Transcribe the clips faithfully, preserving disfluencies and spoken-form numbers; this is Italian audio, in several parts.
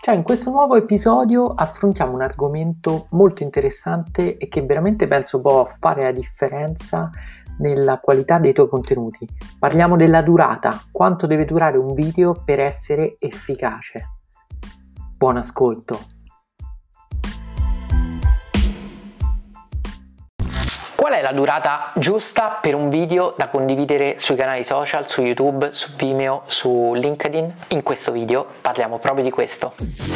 Ciao, in questo nuovo episodio affrontiamo un argomento molto interessante e che veramente penso può fare la differenza nella qualità dei tuoi contenuti. Parliamo della durata, quanto deve durare un video per essere efficace. Buon ascolto! Qual è la durata giusta per un video da condividere sui canali social, su YouTube, su Vimeo, su LinkedIn? In questo video parliamo proprio di questo.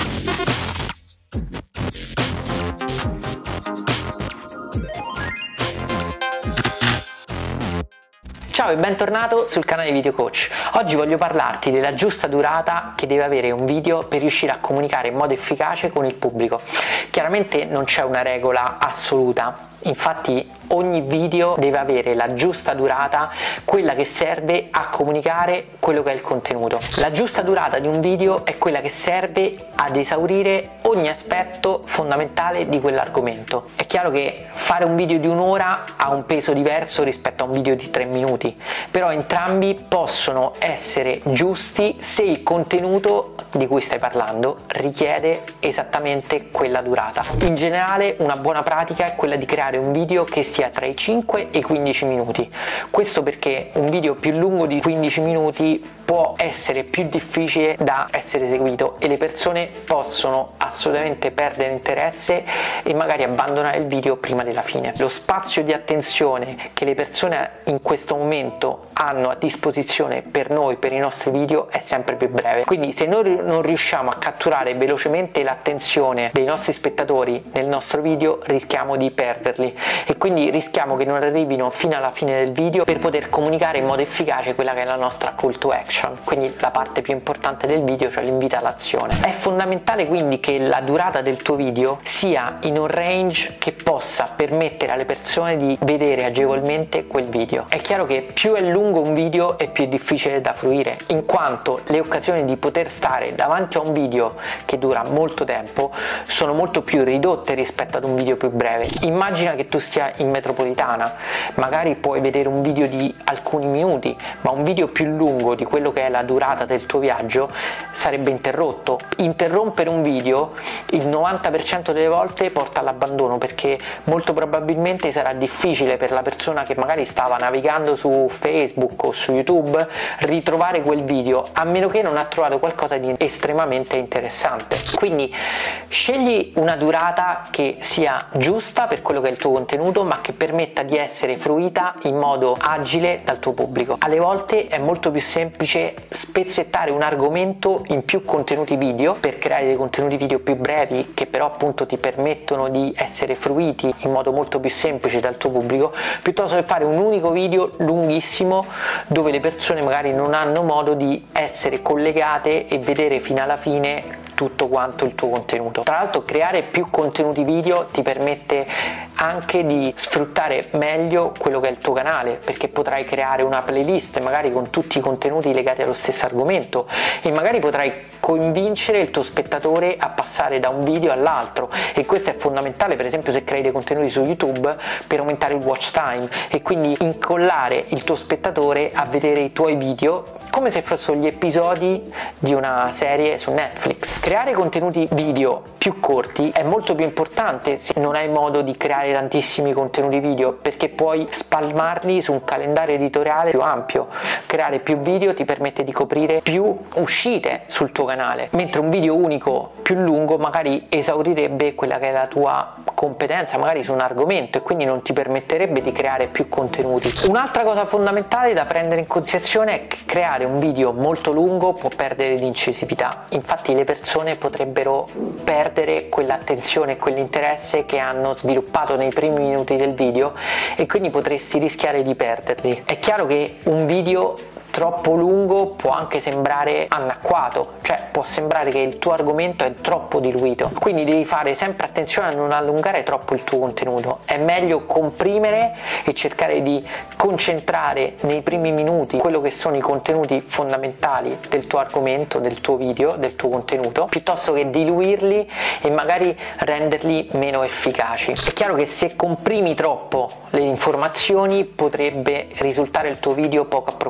Ciao e bentornato sul canale Video Coach. Oggi voglio parlarti della giusta durata che deve avere un video per riuscire a comunicare in modo efficace con il pubblico. Chiaramente non c'è una regola assoluta, infatti ogni video deve avere la giusta durata, quella che serve a comunicare quello che è il contenuto. La giusta durata di un video è quella che serve ad esaurire ogni aspetto fondamentale di quell'argomento. È chiaro che fare un video di un'ora ha un peso diverso rispetto a un video di tre minuti, però entrambi possono essere giusti se il contenuto di cui stai parlando richiede esattamente quella durata. In generale una buona pratica è quella di creare un video che stia tra i cinque e i quindici minuti. Questo perché un video più lungo di quindici minuti può essere più difficile da essere seguito e le persone possono assolutamente perdere interesse e magari abbandonare il video prima della fine. Lo spazio di attenzione che le persone in questo momento hanno a disposizione per noi, per i nostri video, è sempre più breve. Quindi se noi non riusciamo a catturare velocemente l'attenzione dei nostri spettatori nel nostro video, rischiamo di perderli e quindi rischiamo che non arrivino fino alla fine del video per poter comunicare in modo efficace quella che è la nostra call to action, quindi la parte più importante del video, cioè l'invito all'azione. È fondamentale quindi che la durata del tuo video sia in un range che possa permettere alle persone di vedere agevolmente quel video. È chiaro che più è lungo un video e più è difficile da fruire, in quanto le occasioni di poter stare davanti a un video che dura molto tempo sono molto più ridotte rispetto ad un video più breve. Immagina che tu stia in metropolitana, magari puoi vedere un video di alcuni minuti, ma un video più lungo di quello che è la durata del tuo viaggio sarebbe interrotto. Interrompere un video il novanta per cento delle volte porta all'abbandono, perché molto probabilmente sarà difficile per la persona che magari stava navigando su Facebook o su YouTube ritrovare quel video, a meno che non ha trovato qualcosa di estremamente interessante. Quindi scegli una durata che sia giusta per quello che è il tuo contenuto, ma che permetta di essere fruita in modo agile dal tuo pubblico. Alle volte è molto più semplice spezzettare un argomento in più contenuti video per creare dei contenuti video più brevi, che però appunto ti permettono di essere fruiti in modo molto più semplice dal tuo pubblico, piuttosto che fare un unico video lunghissimo dove le persone magari non hanno modo di essere collegate e vedere fino alla fine tutto quanto il tuo contenuto. Tra l'altro creare più contenuti video ti permette anche di sfruttare meglio quello che è il tuo canale, perché potrai creare una playlist magari con tutti i contenuti legati allo stesso argomento e magari potrai convincere il tuo spettatore a passare da un video all'altro, e questo è fondamentale per esempio se crei dei contenuti su YouTube per aumentare il watch time e quindi incollare il tuo spettatore a vedere i tuoi video come se fossero gli episodi di una serie su Netflix. Creare contenuti video più corti è molto più importante se non hai modo di creare tantissimi contenuti video, perché puoi spalmarli su un calendario editoriale più ampio. Creare più video ti permette di coprire più uscite sul tuo canale, mentre un video unico più lungo magari esaurirebbe quella che è la tua competenza magari su un argomento e quindi non ti permetterebbe di creare più contenuti. Un'altra cosa fondamentale da prendere in considerazione è che creare un video molto lungo può perdere di incisività, infatti le persone potrebbero perdere quell'attenzione e quell'interesse che hanno sviluppato nei primi minuti del video e quindi potresti rischiare di perderli. È chiaro che un video troppo lungo può anche sembrare anacquato, cioè può sembrare che il tuo argomento è troppo diluito, quindi devi fare sempre attenzione a non allungare troppo il tuo contenuto. È meglio comprimere e cercare di concentrare nei primi minuti quello che sono i contenuti fondamentali del tuo argomento, del tuo video, del tuo contenuto, piuttosto che diluirli e magari renderli meno efficaci. È chiaro che se comprimi troppo le informazioni potrebbe risultare il tuo video poco approfondito,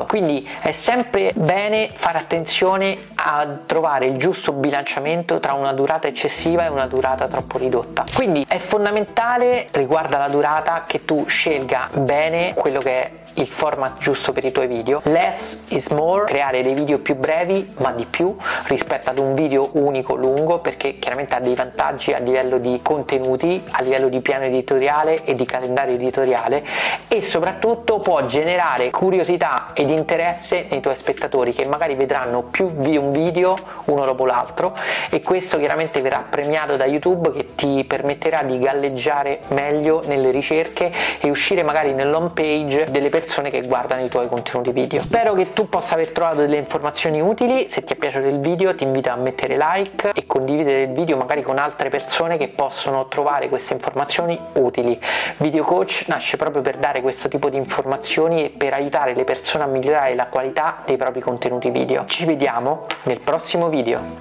Quindi è sempre bene fare attenzione a trovare il giusto bilanciamento tra una durata eccessiva e una durata troppo ridotta. Quindi è fondamentale, riguardo alla durata, che tu scelga bene quello che è il format giusto per i tuoi video. Less is more, creare dei video più brevi ma di più rispetto ad un video unico lungo, perché chiaramente ha dei vantaggi a livello di contenuti, a livello di piano editoriale e di calendario editoriale, e soprattutto può generare curiosità ed interesse nei tuoi spettatori, che magari vedranno più di un video uno dopo l'altro, e questo chiaramente verrà premiato da YouTube, che ti permetterà di galleggiare meglio nelle ricerche e uscire magari nell'home page delle persone che guardano i tuoi contenuti video. Spero che tu possa aver trovato delle informazioni utili. Se ti è piaciuto il video ti invito a mettere like e condividere il video magari con altre persone che possono trovare queste informazioni utili. Video Coach nasce proprio per dare questo tipo di informazioni e per aiutare le persone a migliorare la qualità dei propri contenuti video. Ci vediamo nel prossimo video.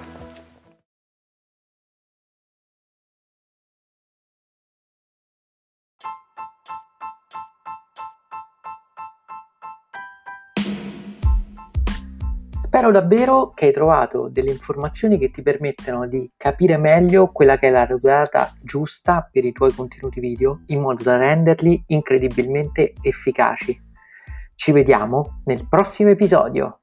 Spero davvero che hai trovato delle informazioni che ti permettono di capire meglio quella che è la durata giusta per i tuoi contenuti video, in modo da renderli incredibilmente efficaci. Ci vediamo nel prossimo episodio.